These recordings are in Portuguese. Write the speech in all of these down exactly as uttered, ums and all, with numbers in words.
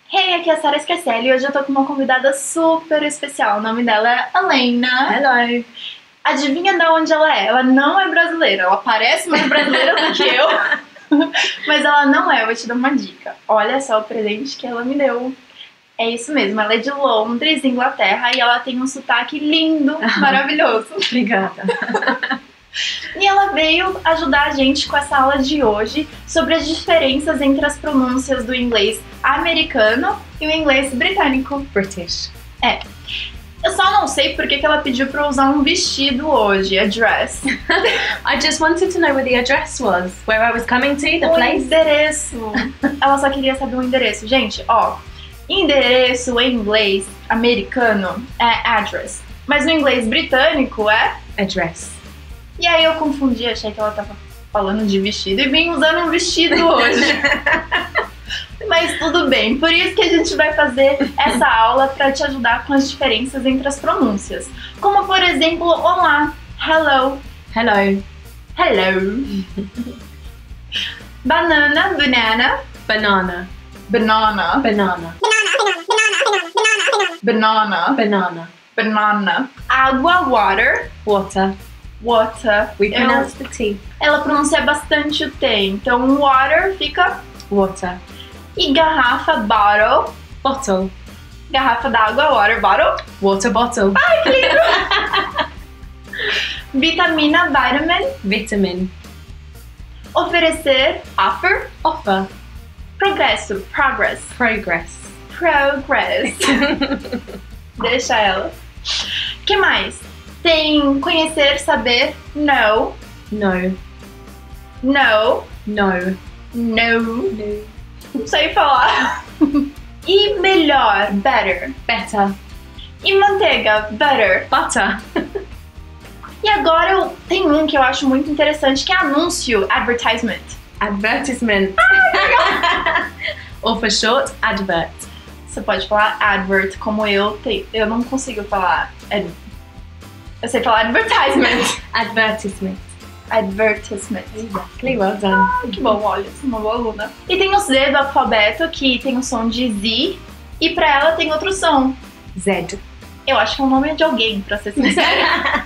Hey, aqui é a Sarah Scarcelli e hoje eu tô com uma convidada super especial. O nome dela é Alena. Hello. Adivinha de onde ela é? Ela não é brasileira. Ela parece mais brasileira do que eu, mas ela não é. Eu vou te dar uma dica. Olha só o presente que ela me deu. É isso mesmo, ela é de Londres, Inglaterra, e ela tem um sotaque lindo, maravilhoso. Obrigada. E ela veio ajudar a gente com essa aula de hoje sobre as diferenças entre as pronúncias do inglês americano e o inglês britânico. British. É. Eu só não sei porque que ela pediu pra eu usar um vestido hoje, a dress. I just wanted to know where the address was, where I was coming to, the o place. endereço. Ela só queria saber o endereço. Gente, ó, endereço em inglês americano é address, mas no inglês britânico é Address. E aí eu confundi, achei que ela tava falando de vestido e vim usando um vestido hoje. Mas tudo bem, por isso que a gente vai fazer essa aula para te ajudar com as diferenças entre as pronúncias. Como por exemplo, olá, hello, Hello. hello. Banana, banana, Banana. banana, Banana. banana, Banana. banana. Água, water, Water. water. We Eu- pronounce the T. Ela pronuncia bastante o T, então water fica... Water. E garrafa, bottle. Bottle. Garrafa d'água, water bottle. Water bottle. Vitamina, vitamin. Vitamin. Oferecer, offer. Offer. Progresso, progress. Progress. Progress. Deixa ela. Que mais? Tem conhecer, saber, know. No. Know. No. Know. No. Não sei falar. E melhor, better. Better. E manteiga, butter. Butter. E agora eu tenho um que eu acho muito interessante, que é anúncio, advertisement. Advertisement. Or for short, advert. Você pode falar advert, como eu tenho. Eu não consigo falar. ad- Eu sei falar advertisement. Advertisement. Advertisement. Exactly, well done. Ah, que bom, olha, sou uma boa aluna. E tem o Z do alfabeto, que tem o som de Z, e pra ela tem outro som. Z. Eu acho que é o nome de alguém, pra ser sincera.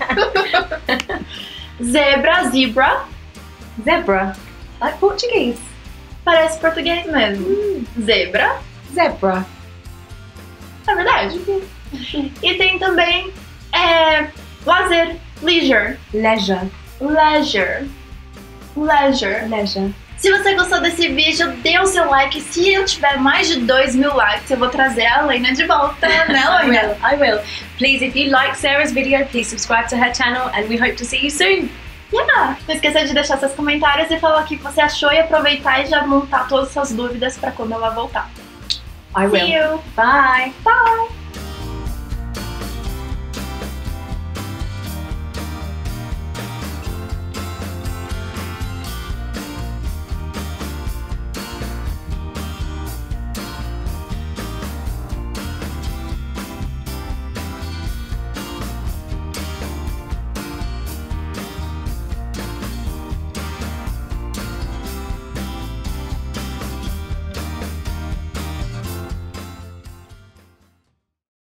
Zebra, zebra, Zebra. Like Portuguese. parece português mesmo. Zebra, Zebra. é verdade. E tem também é, lazer, leisure, Leisure. leisure, leisure. Leisure. Se você gostou desse vídeo, dê o seu like. Se eu tiver mais de dois mil likes, eu vou trazer a Alena de volta, né, I Alena? will. I will. Please, if you like Sarah's video, please subscribe to her channel and we hope to see you soon. Yeah. Não esqueça de deixar seus comentários e falar o que você achou e aproveitar e já montar todas as suas dúvidas para quando ela voltar. I will. See you. Bye. Bye.